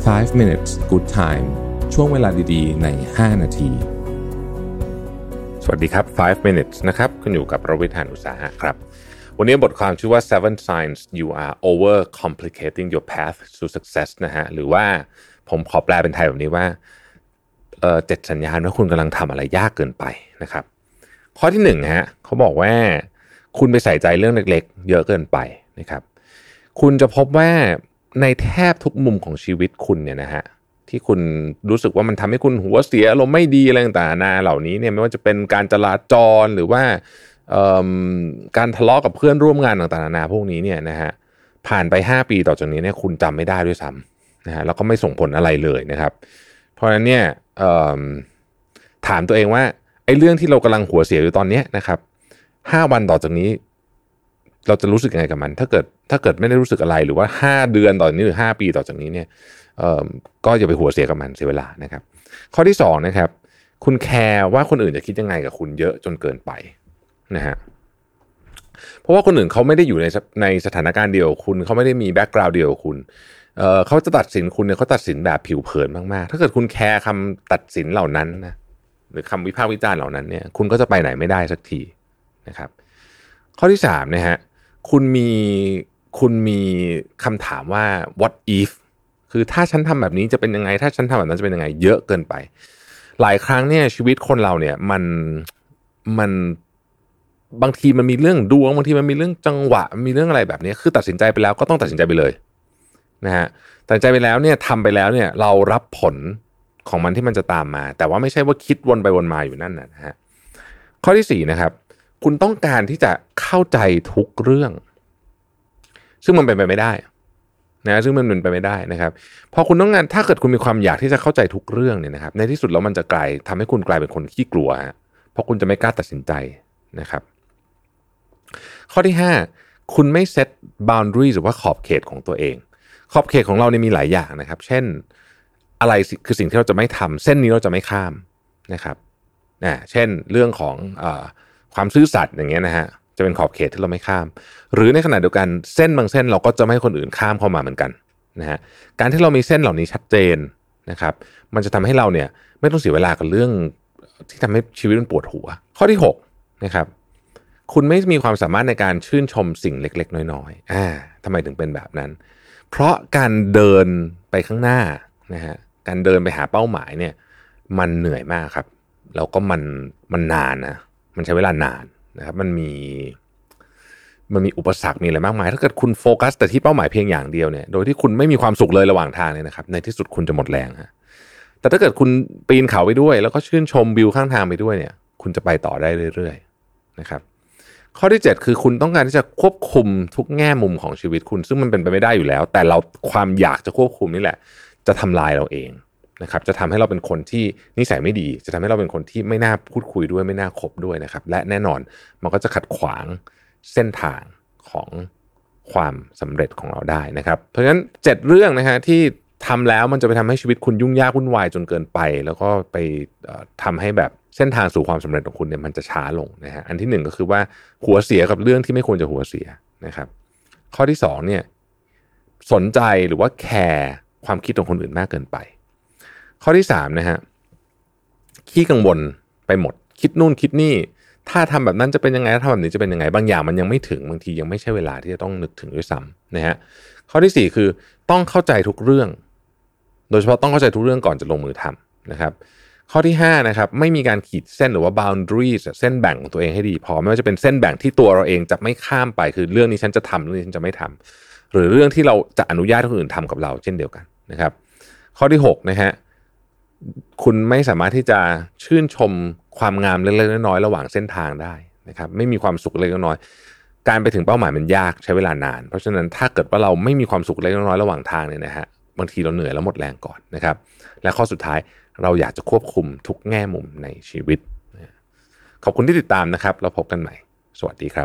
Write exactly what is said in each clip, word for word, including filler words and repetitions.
five minutes good time ช่วงเวลาดีๆในห้านาทีสวัสดีครับfive minutes นะครับคุณอยู่กับประวิทย์ หาญอุตสาหะครับวันนี้บทความชื่อว่า seven signs you are over complicating your path to success นะฮะหรือว่าผมขอแปลเป็นไทยแบบนี้ว่าเอ่อเจ็ดสัญญาณว่าคุณกำลังทำอะไรยากเกินไปนะครับข้อที่หนึ่งฮะเขาบอกว่าคุณไปใส่ใจเรื่องเล็กๆเยอะเกินไปนะครับคุณจะพบว่าในแทบทุกมุมของชีวิตคุณเนี่ยนะฮะที่คุณรู้สึกว่ามันทำให้คุณหัวเสียอารมณ์ไม่ดีอะไรต่างๆนานาเหล่านี้เนี่ยไม่ว่าจะเป็นการจราจรหรือว่าการทะเลาะกับเพื่อนร่วมงานต่างๆนานาพวกนี้เนี่ยนะฮะผ่านไปห้าปีต่อจากนี้เนี่ยคุณจำไม่ได้ด้วยซ้ำนะฮะแล้วก็ไม่ส่งผลอะไรเลยนะครับเพราะฉะนั้นเนี่ยถามตัวเองว่าไอ้เรื่องที่เรากำลังหัวเสียอยู่ตอนนี้นะครับห้าวันต่อจากนี้เราจะรู้สึกยังไงกับมันถ้าเกิดถ้าเกิดไม่ได้รู้สึกอะไรหรือว่าห้าเดือนต่อจากนี้หรือห้าปีต่อจากนี้เนี่ยก็อย่าไปหัวเสียกับมันเสียเวลานะครับข้อที่สองนะครับคุณแคร์ว่าคนอื่นจะคิดยังไงกับคุณเยอะจนเกินไปนะฮะเพราะว่าคนอื่นเขาไม่ได้อยู่ในในสถานการณ์เดียวกับคุณเขาไม่ได้มีแบ็กกราวด์เดียวกับคุณเอ่อเขาจะตัดสินคุณเนี่ยเขาตัดสินแบบผิวเผินมากๆถ้าเกิดคุณแคร์คำตัดสินเหล่านั้นนะหรือคำวิพากษ์วิจารณ์เหล่านั้นเนี่ยคุณก็จะไปไหนไม่ได้สักทีนะครับข้อที่สามนะฮะคุณมีคุณมีคำถามว่า what if คือถ้าฉันทำแบบนี้จะเป็นยังไงถ้าฉันทำแบบนั้นจะเป็นยังไงเยอะเกินไปหลายครั้งเนี่ยชีวิตคนเราเนี่ยมันมันบางทีมันมีเรื่องดวงบางทีมันมีเรื่องจังหวะมีเรื่องอะไรแบบนี้คือตัดสินใจไปแล้วก็ต้องตัดสินใจไปเลยนะฮะตัดสินใจไปแล้วเนี่ยทำไปแล้วเนี่ยเรารับผลของมันที่มันจะตามมาแต่ว่าไม่ใช่ว่าคิดวนไปวนมาอยู่นั่นนะฮะข้อที่สี่นะครับคุณต้องการที่จะเข้าใจทุกเรื่องซึ่งมันเป็นไปไม่ได้นะซึ่งมันเป็นไปไม่ได้นะครับพอคุณต้องการถ้าเกิดคุณมีความอยากที่จะเข้าใจทุกเรื่องเนี่ยนะครับในที่สุดแล้วมันจะกลายทำให้คุณกลายเป็นคนขี้กลัวฮะเพราะคุณจะไม่กล้าตัดสินใจนะครับข้อที่ห้าคุณไม่เซต boundaries หรือว่าขอบเขตของตัวเองขอบเขตของเราเนี่ยมีหลายอย่างนะครับเช่นอะไรคือสิ่งที่เราจะไม่ทำเส้นนี้เราจะไม่ข้ามนะครับนะเช่นเรื่องของเอ่อความซื่อสัตย์อย่างเงี้ยนะฮะจะเป็นขอบเขตที่เราไม่ข้ามหรือในขณะเดียวกันเส้นบางเส้นเราก็จะไม่ให้คนอื่นข้ามเข้ามาเหมือนกันนะฮะการที่เรามีเส้นเหล่านี้ชัดเจนนะครับมันจะทำให้เราเนี่ยไม่ต้องเสียเวลากับเรื่องที่ทำให้ชีวิตมันปวดหัวข้อที่หกนะครับคุณไม่มีความสามารถในการชื่นชมสิ่งเล็กๆน้อยๆอ่าทำไมถึงเป็นแบบนั้นเพราะการเดินไปข้างหน้านะฮะการเดินไปหาเป้าหมายเนี่ยมันเหนื่อยมากครับแล้วก็มันมันนานนะมันใช้เวลานานนะครับมันมีมันมีอุปสรรคมีอะไรมากมายถ้าเกิดคุณโฟกัสแต่ที่เป้าหมายเพียงอย่างเดียวเนี่ยโดยที่คุณไม่มีความสุขเลยระหว่างทางเนี่ยนะครับในที่สุดคุณจะหมดแรงฮะแต่ถ้าเกิดคุณปีนเขาไปด้วยแล้วก็ชื่นชมวิวข้างทางไปด้วยเนี่ยคุณจะไปต่อได้เรื่อยๆนะครับข้อที่เจ็ดคือคุณต้องการที่จะควบคุมทุกแง่มุมของชีวิตคุณซึ่งมันเป็นไปไม่ได้อยู่แล้วแต่เราความอยากจะควบคุมนี่แหละจะทำลายเราเองนะครับจะทำให้เราเป็นคนที่นิสัยไม่ดีจะทำให้เราเป็นคนที่ไม่น่าพูดคุยด้วยไม่น่าคบด้วยนะครับและแน่นอนมันก็จะขัดขวางเส้นทางของความสำเร็จของเราได้นะครับเพราะฉะนั้นเจ็ดเรื่องนะฮะที่ทำแล้วมันจะไปทำให้ชีวิตคุณยุ่งยากวุ่นวายจนเกินไปแล้วก็ไปทำให้แบบเส้นทางสู่ความสำเร็จของคุณเนี่ยมันจะช้าลงนะฮะอันที่หนึ่งก็คือว่าหัวเสียกับเรื่องที่ไม่ควรจะหัวเสียนะครับข้อที่สองเนี่ยสนใจหรือว่าแคร์ความคิดของคนอื่นมากเกินไปข้อที่สามนะฮะขี้กังวลไปหมดคิดนู่นคิดนี่ถ้าทำแบบนั้นจะเป็นยังไงถ้าทำแบบนี้จะเป็นยังไงบางอย่างมันยังไม่ถึงบางทียังไม่ใช่เวลาที่จะต้องนึกถึงด้วยซ้ำนะฮะข้อที่สี่คือต้องเข้าใจทุกเรื่องโดยเฉพาะต้องเข้าใจทุกเรื่องก่อนจะลงมือทำนะครับข้อที่ห้านะครับไม่มีการขีดเส้นหรือว่า boundaries เส้นแบ่งของตัวเองให้ดีพอไม่ว่าจะเป็นเส้นแบ่งที่ตัวเราเองจะไม่ข้ามไปคือเรื่องนี้ฉันจะทำเรื่องนี้ฉันจะไม่ทำหรือเรื่องที่เราจะอนุญาตให้คนอื่นทำกับเราเช่นเดียวกันนะครับข้อที่หกนะฮะคุณไม่สามารถที่จะชื่นชมความงามเล็กๆน้อยๆระหว่างเส้นทางได้นะครับไม่มีความสุขเล็กๆน้อยๆการไปถึงเป้าหมายมันยากใช้เวลานานเพราะฉะนั้นถ้าเกิดว่าเราไม่มีความสุขเล็กๆน้อยๆระหว่างทางเนี่ยนะฮะบางทีเราเหนื่อยแล้วหมดแรงก่อนนะครับและข้อสุดท้ายเราอยากจะควบคุมทุกแง่มุมในชีวิตขอบคุณที่ติดตามนะครับแล้วพบกันใหม่สวัสดีครับ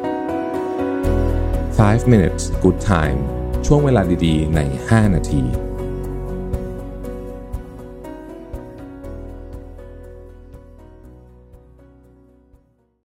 five minutes good time ช่วงเวลาดีๆในห้านาที